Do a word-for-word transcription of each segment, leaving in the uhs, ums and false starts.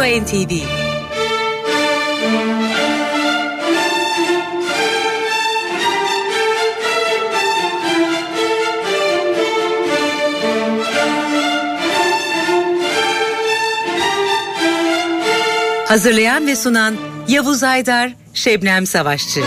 N T V. Hazırlayan ve sunan Yavuz Aydar, Şebnem Savaşçı.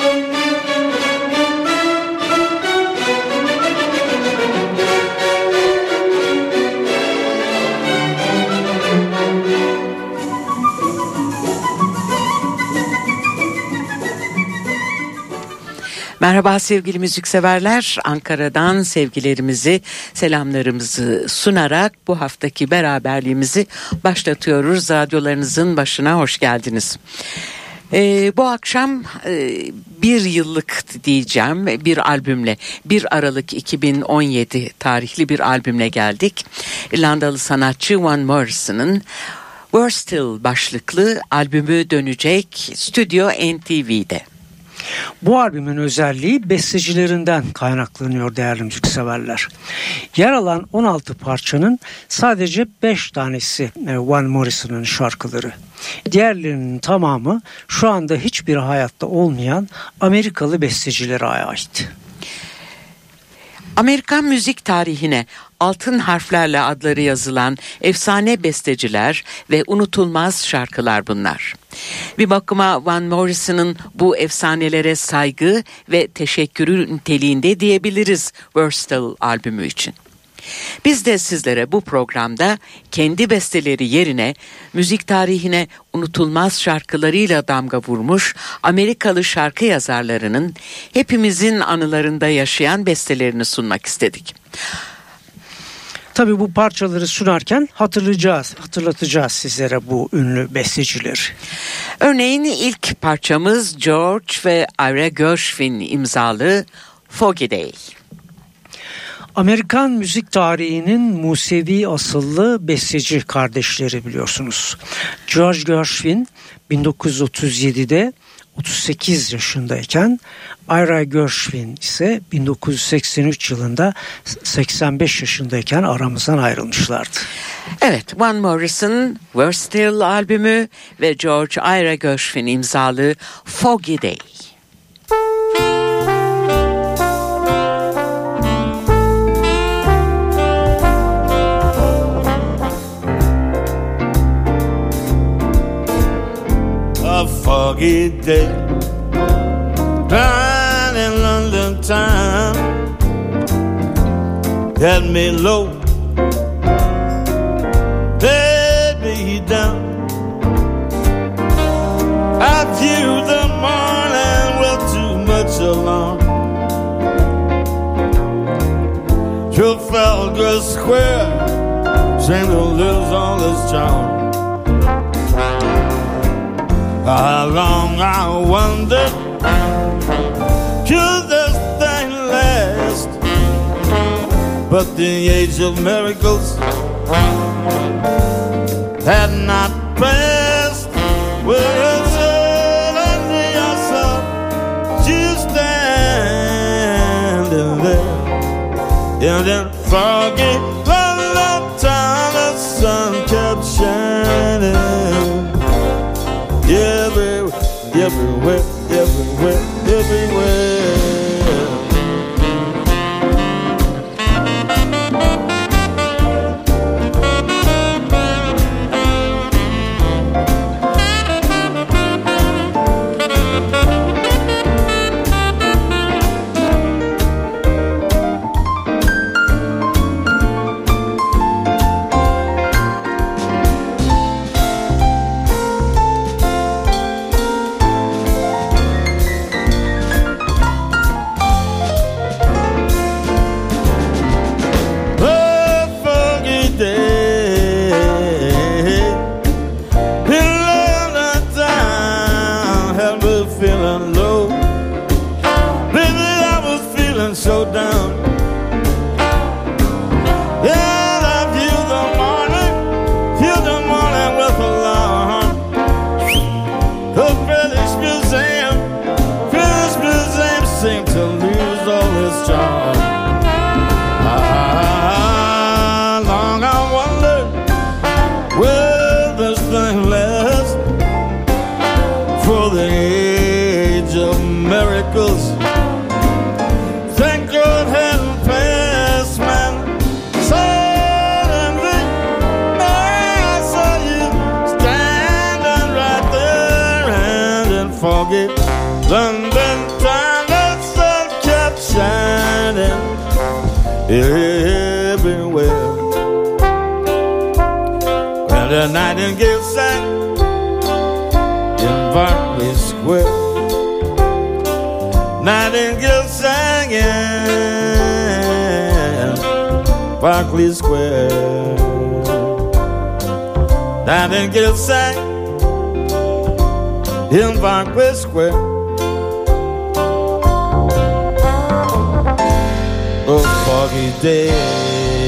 Merhaba sevgili müzikseverler, Ankara'dan sevgilerimizi, selamlarımızı sunarak bu haftaki beraberliğimizi başlatıyoruz. Radyolarınızın başına hoş geldiniz. Ee, bu akşam e, bir yıllık diyeceğim bir albümle, bir Aralık iki bin on yedi tarihli bir albümle geldik. İrlandalı sanatçı Van Morrison'ın Versatile başlıklı albümü dönecek Stüdyo N T V'de. Bu albümün özelliği bestecilerinden kaynaklanıyor değerli müzikseverler. Yer alan on altı parçanın sadece beş tanesi Van Morrison'ın şarkıları. Diğerlerinin tamamı şu anda hiçbir hayatta olmayan Amerikalı bestecilere ait. Amerikan müzik tarihine altın harflerle adları yazılan efsane besteciler ve unutulmaz şarkılar bunlar. Bir bakıma Van Morrison'ın bu efsanelere saygı ve teşekkürü niteliğinde diyebiliriz Versatile albümü için. Biz de sizlere bu programda kendi besteleri yerine müzik tarihine unutulmaz şarkılarıyla damga vurmuş Amerikalı şarkı yazarlarının hepimizin anılarında yaşayan bestelerini sunmak istedik. Tabii bu parçaları sunarken hatırlayacağız, hatırlatacağız sizlere bu ünlü bestecileri. Örneğin ilk parçamız George ve Ira Gershwin imzalı Foggy Day. Amerikan müzik tarihinin Musevi asıllı besteci kardeşleri biliyorsunuz. George Gershwin bin dokuz yüz otuz yedide otuz sekiz yaşındayken Ira Gershwin ise bin dokuz yüz seksen üç yılında seksen beş yaşındayken aramızdan ayrılmışlardı. Evet, Van Morrison Versatile albümü ve George Ira Gershwin imzalı Foggy Day. A foggy day down in London town got me low, baby down. I view the morning with too much alarm. Trafalgar Square seemed to lose all its charm. How long I wondered could this thing last? But the age of miracles had not passed. Well, suddenly I saw you standing there in that foggy London town. The sun kept shining. Everywhere, everywhere, everywhere, everywhere. Long I wondered, will this thing last? foggy London town, the sun kept shining everywhere. Well, the nightingale sang in Berkeley Square. Nightingale sang in Berkeley Square. Nightingale sang in Berkeley Square. Oh, foggy day.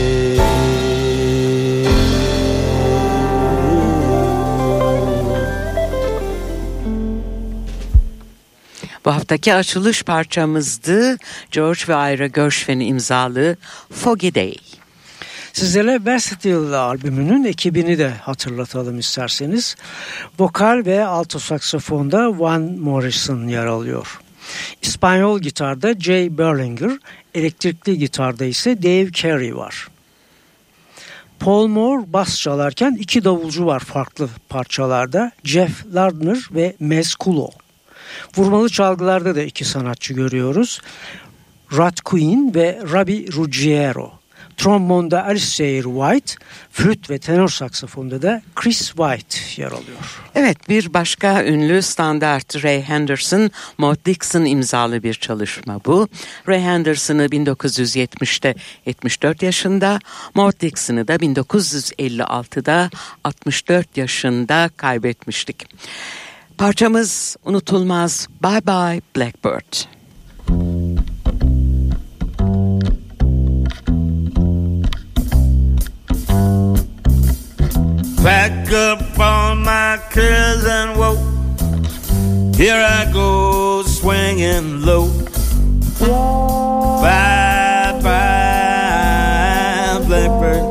Bu haftaki açılış parçamızdı. George ve Ira Gershwin imzalı Foggy Day. Sizlere Versatile albümünün ekibini de hatırlatalım isterseniz. Vokal ve alto saksafonda Van Morrison yer alıyor. İspanyol gitarda Jay Berlinger, elektrikli gitarda ise Dave Carey var. Paul Moore bas çalarken iki davulcu var farklı parçalarda, Jeff Lardner ve Mez Kulo. Vurmalı çalgılarda da iki sanatçı görüyoruz, Rod Queen ve Robbie Ruggiero. Trombonda Alistair White, flüt ve tenor saksafonda da Chris White yer alıyor. Evet, bir başka ünlü standart Ray Henderson, Mort Dixon imzalı bir çalışma bu. Ray Henderson'ı bin dokuz yüz yetmişte yetmiş dört yaşında, Mort Dixon'ı da bin dokuz yüz elli altıda altmış dört yaşında kaybetmiştik. Parçamız unutulmaz Bye Bye Blackbird. Pack up all my cares and woe. Here I go swinging low. Bye bye blackbird.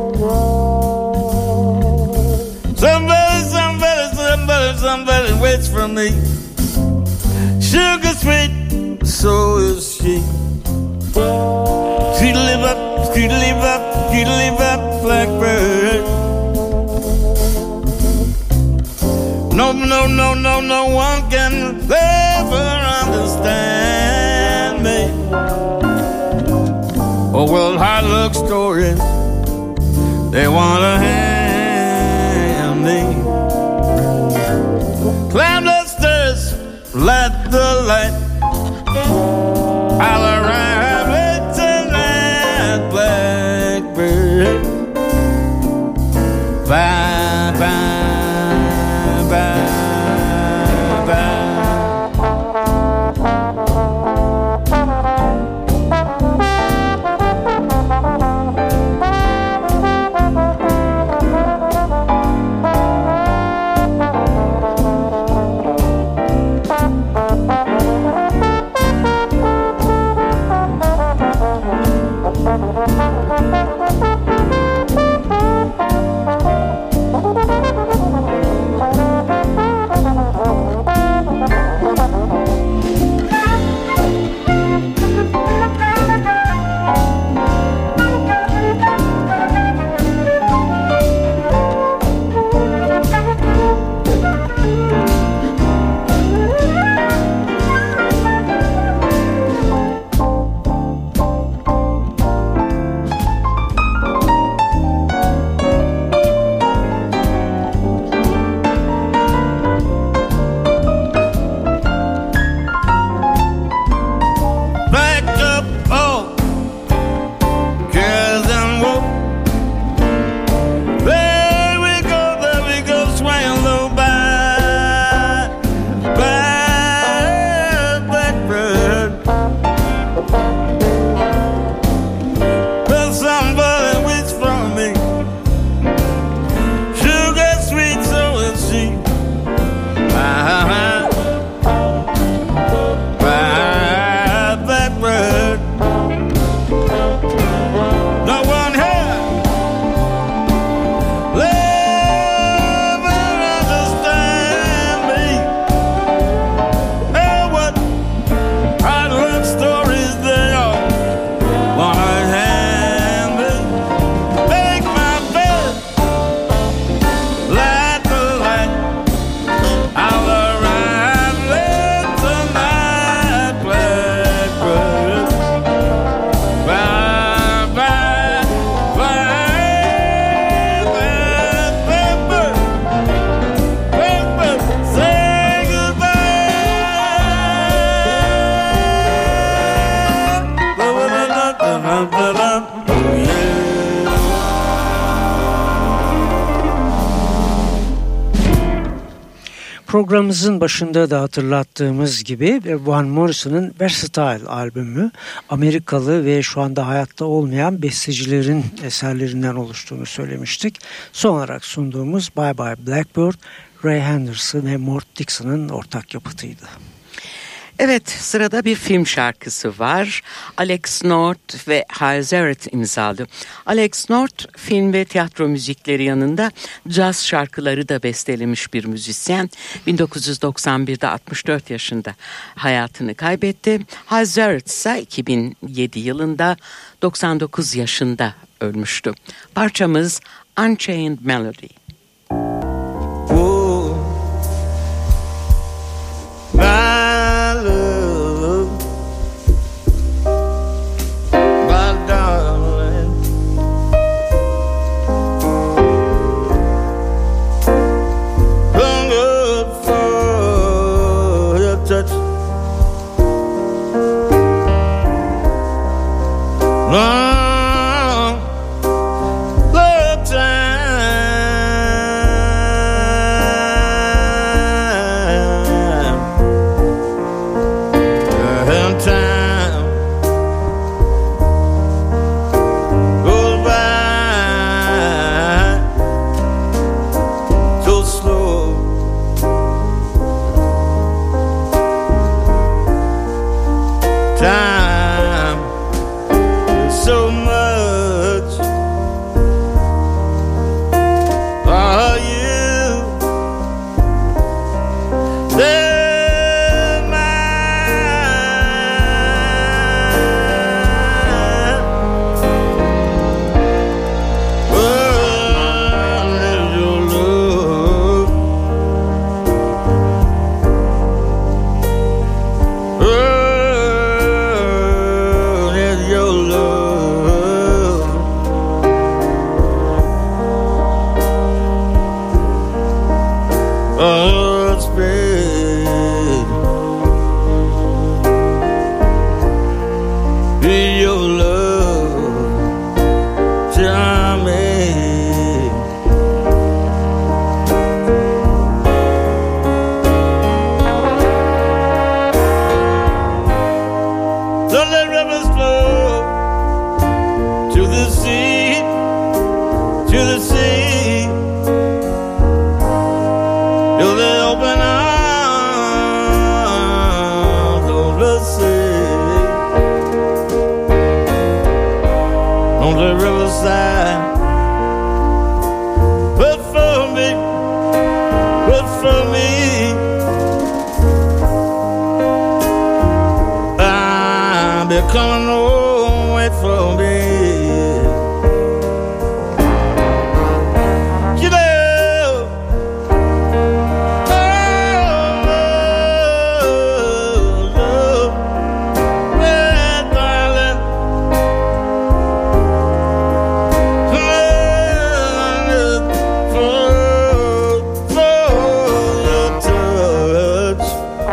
Somebody, somebody, somebody, somebody waits for me. Sugar sweet, so is she. She live up, she live up, she live up blackbird. No, no, no, no, no one can ever understand me. Oh, well, hard luck stories, they want to hand me. Climb the stairs, light the light. I'll arrive late tonight, blackbird. Bye, bye. Bye. Programımızın başında da hatırlattığımız gibi Van Morrison'ın Versatile albümü Amerikalı ve şu anda hayatta olmayan bestecilerin eserlerinden oluştuğunu söylemiştik. Son olarak sunduğumuz Bye Bye Blackbird, Ray Henderson ve Mort Dixon'ın ortak yapıtıydı. Evet, sırada bir film şarkısı var. Alex North ve Hal Zarrett imzalı. Alex North film ve tiyatro müzikleri yanında caz şarkıları da bestelemiş bir müzisyen. bin dokuz yüz doksan birde altmış dört yaşında hayatını kaybetti. Hal Zarrett ise iki bin yedi yılında doksan dokuz yaşında ölmüştü. Parçamız Unchained Melody. Oh, my love, my darling, hunger for your touch, long, long time. Coming away from me. You know, oh, oh, oh, red darling, for, for your touch,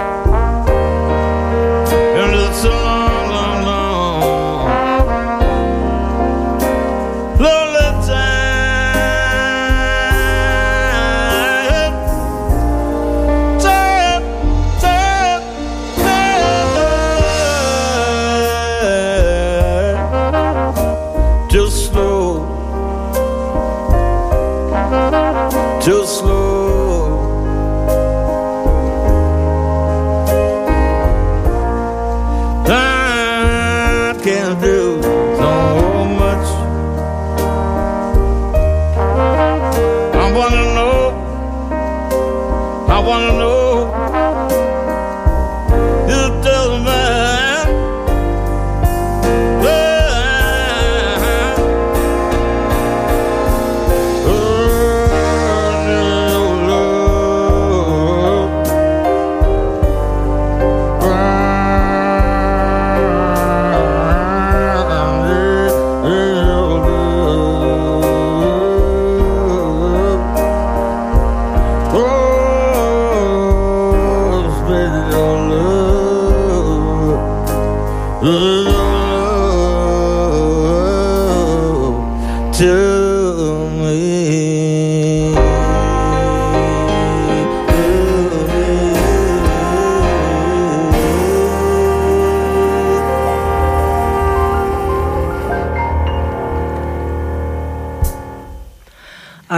and it's a long, long, long, lonely time, time, time, time. Just slow, just slow. I can't do so much. I wanna know, I wanna know. You tell me, oh,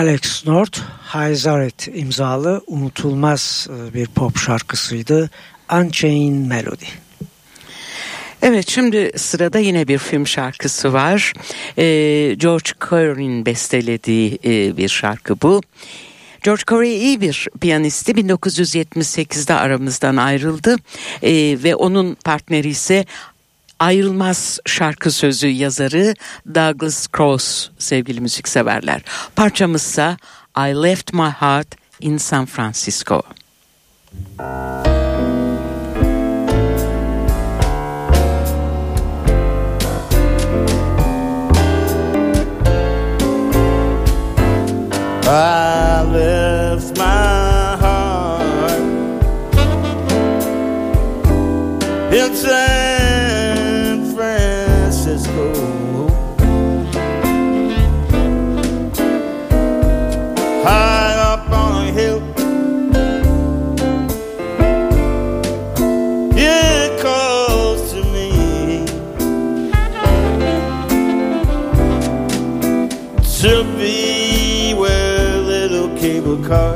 Alex North, Hayzaret imzalı unutulmaz bir pop şarkısıydı. Unchained Melody. Evet, şimdi sırada yine bir film şarkısı var. Ee, George Cory'nin bestelediği e, bir şarkı bu. George Cory iyi bir piyanisti. bin dokuz yüz yetmiş sekizde aramızdan ayrıldı ee, ve onun partneri ise ayrılmaz şarkı sözü yazarı Douglas Cross, sevgili müzikseverler. Parçamızsa I Left My Heart in San Francisco. I left my heart in San Francisco, high up on a hill, it calls to me to be where little cable cars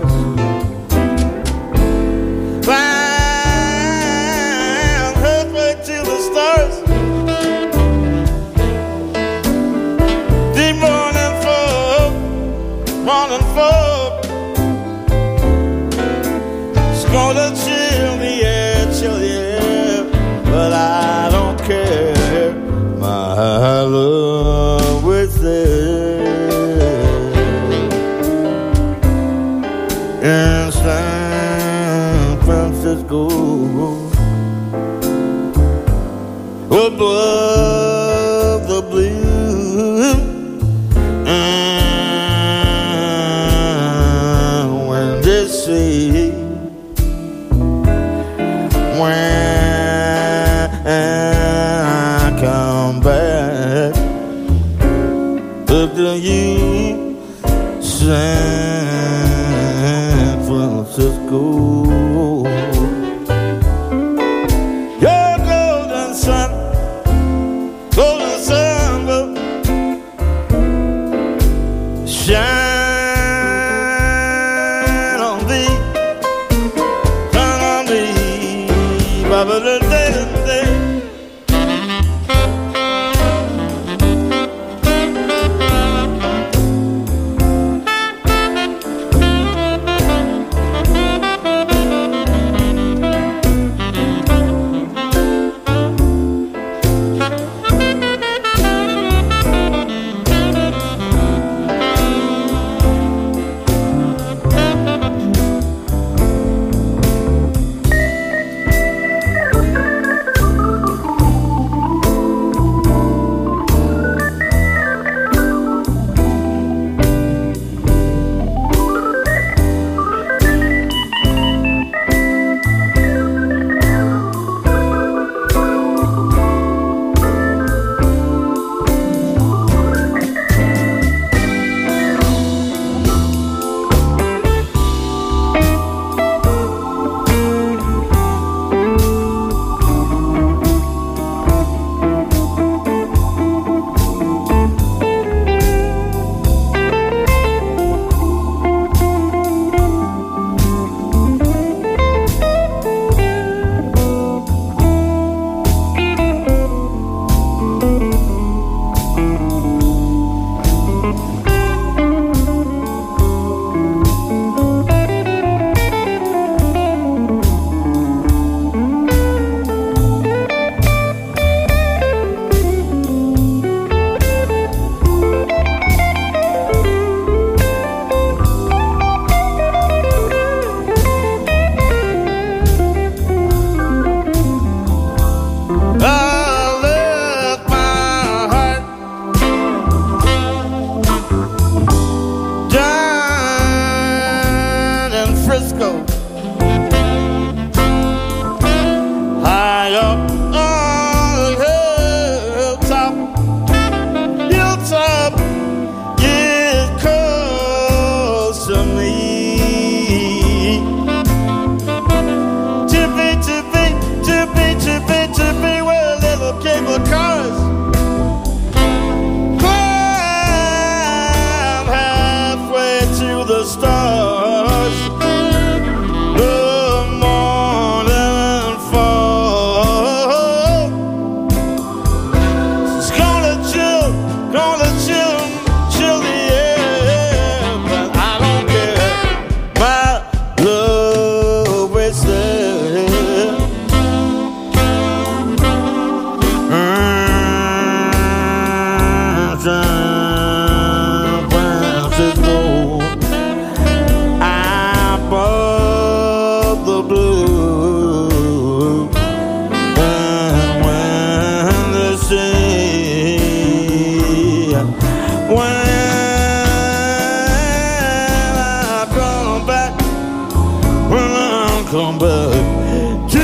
flying halfway to the stars. Deep morning fog, morning fog, it's gonna chill the air, chill the air, but I don't care. My love was there in San Francisco, above the blue, and when they say, when I come back up to you, San Francisco, your golden sun, golden sun will shine on thee, shine on thee, Baba da da da. To the blue. And when the sea, when I come back, when I come back to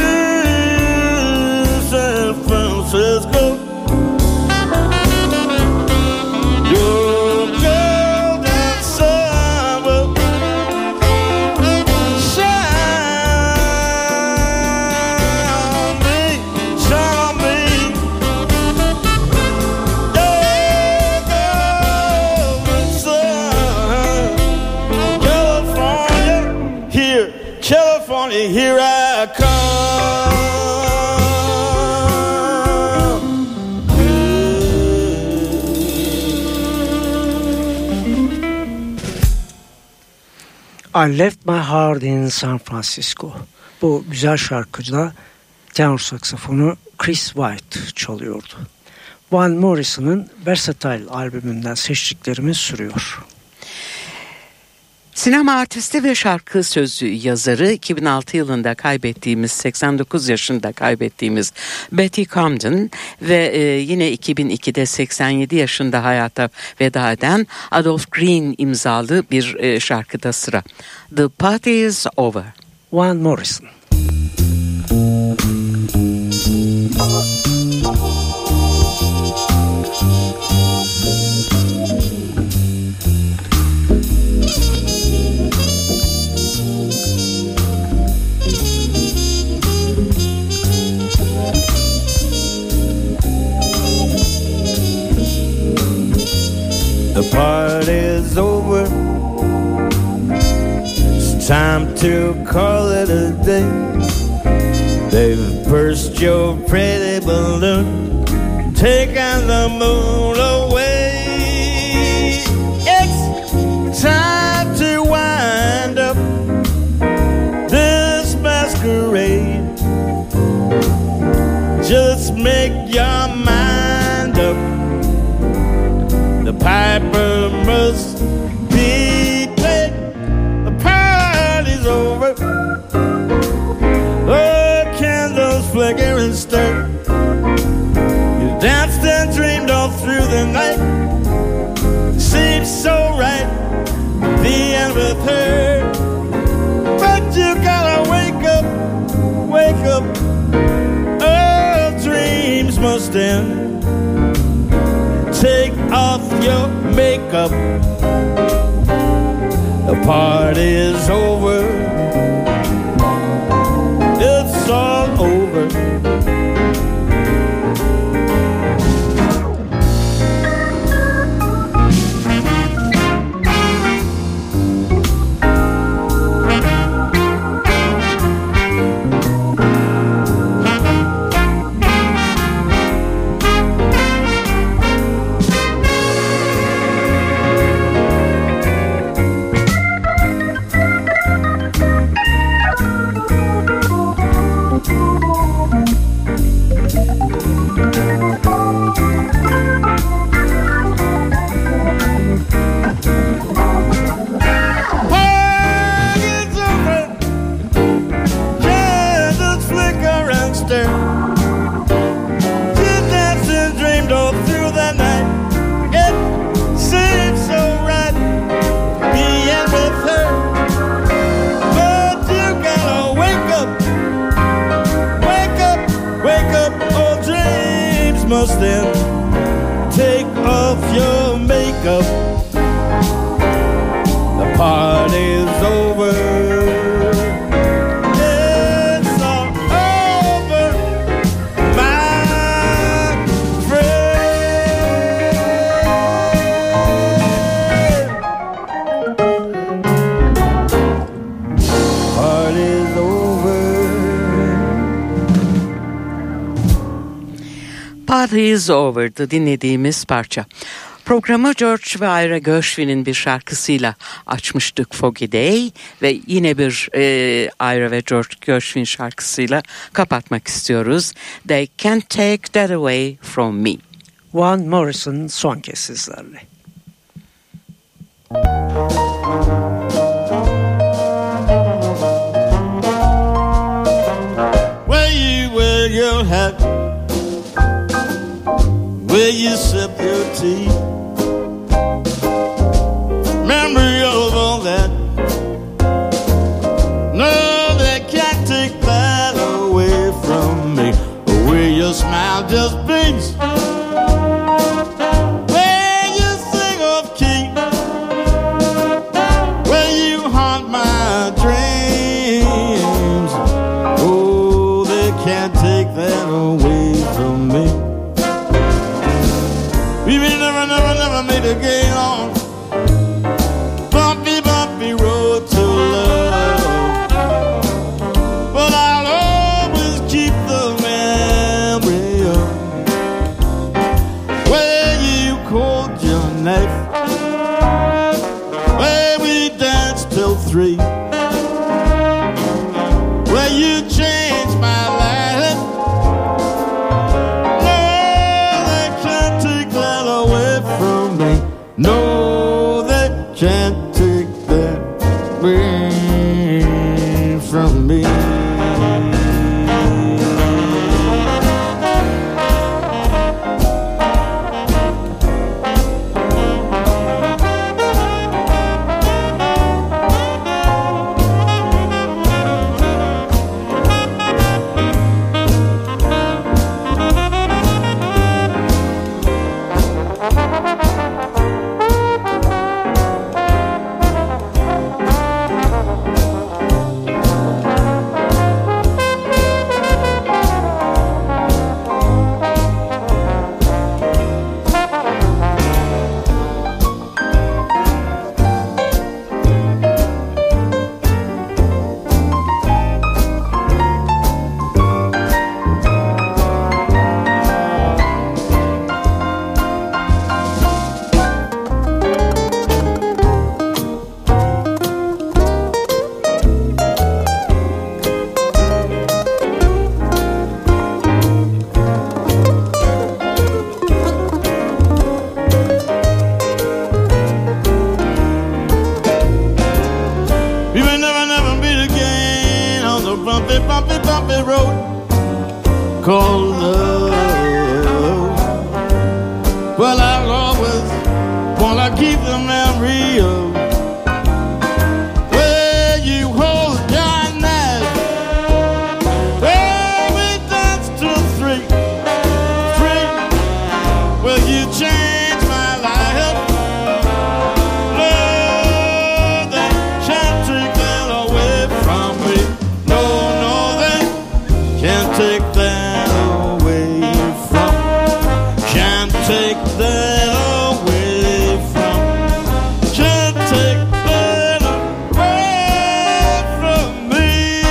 San Francisco. Here I come. I Left My Heart in San Francisco. Bu güzel şarkıda tenor saksafonu Chris White çalıyordu. Van Morrison'ın Versatile albümünden seçtiklerimiz sürüyor. Sinema artisti ve şarkı sözü yazarı iki bin altı yılında kaybettiğimiz, seksen dokuz yaşında kaybettiğimiz Betty Comden ve e, yine iki bin ikide seksen yedi yaşında hayata veda eden Adolph Green imzalı bir e, şarkıda sıra. The Party is Over. Van Morrison. The party's over. It's time to call it a day. They've burst your pretty balloon, taken the moon away. It's time to wind up this masquerade. Just make your mind up. The piper must be played. The party's over. The candles flicker and stir. You danced and dreamed all through the night. Seems so right, the end with her. But you gotta wake up, wake up. All dreams must end. Take off your makeup. The party's over. It's all over. Must then take off your makeup. The party's over. It's all over, my friend. Party's over. Party is Over'dı dinlediğimiz parça. Programı George ve Ira Gershwin'in bir şarkısıyla açmıştık, Foggy Day, ve yine bir e, Ira ve George Gershwin şarkısıyla kapatmak istiyoruz. They Can't Take That Away From Me. Van Morrison son kez sizlerle. you sip your tea. Memory of all that. No, they can't take that away from me. The way your smile just beats. When you sing off key. When you haunt my dreams. Oh, they can't take that away from me. We may never, never, never make a gain on bumpy, bumpy road to love. But I'll always keep the memory of where you called your knife, where we danced till three, where you changed my life. No, they can't take that away from me. Called love. Well, I'll always wanna keep the memory of where you hold your knife, where we danced till three, three, where you changed my life. Lord, they can't take that away from me. No, no, they can't take that. Take that away from, can't take that away from me.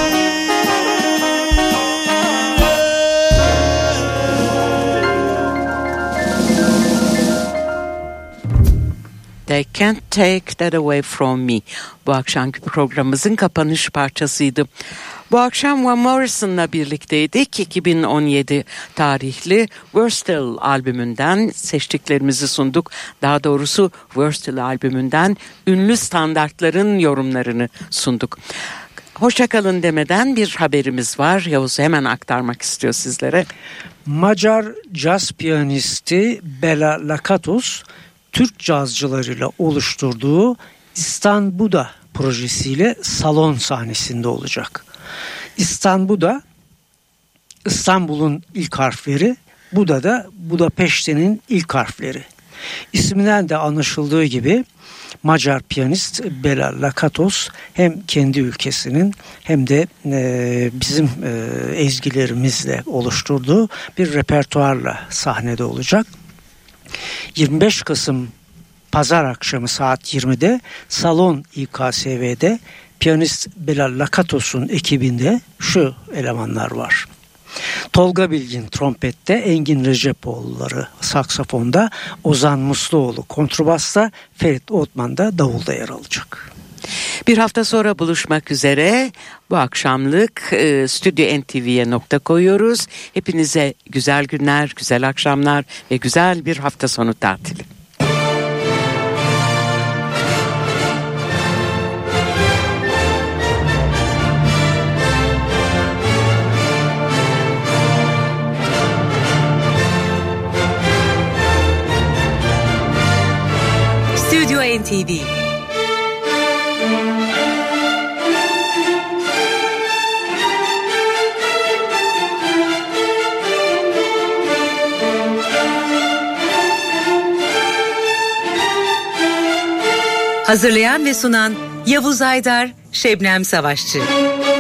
They can't take that away from me. Bu akşamki programımızın kapanış parçasıydı. Bu akşam Van Morrison'la birlikteydik. iki bin on yedi tarihli Versatile albümünden seçtiklerimizi sunduk. Daha doğrusu Versatile albümünden ünlü standartların yorumlarını sunduk. Hoşçakalın demeden bir haberimiz var. Yavuz hemen aktarmak istiyor sizlere. Macar caz piyanisti Bela Lakatos, Türk cazcılarıyla oluşturduğu İstanbul'da projesiyle salon sahnesinde olacak. İstanbul'da İstanbul'un ilk harfleri, Buda da Budapeşte'nin ilk harfleri. İsminden de anlaşıldığı gibi Macar piyanist Bela Lakatos hem kendi ülkesinin hem de e, bizim e, ezgilerimizle oluşturduğu bir repertuarla sahnede olacak. yirmi beş Kasım Pazar akşamı saat yirmide Salon İ K S V'de piyanist Bela Lakatos'un ekibinde şu elemanlar var. Tolga Bilgin trompette, Engin Recepoğulları saksafonda, Ozan Musluoğlu kontrbasta, Ferit Otman da davulda yer alacak. Bir hafta sonra buluşmak üzere. Bu akşamlık e, Stüdyo N T V'ye nokta koyuyoruz. Hepinize güzel günler, güzel akşamlar ve güzel bir hafta sonu tatili. T V. Hazırlayan ve sunan Yavuz Aydar, Şebnem Savaşçı.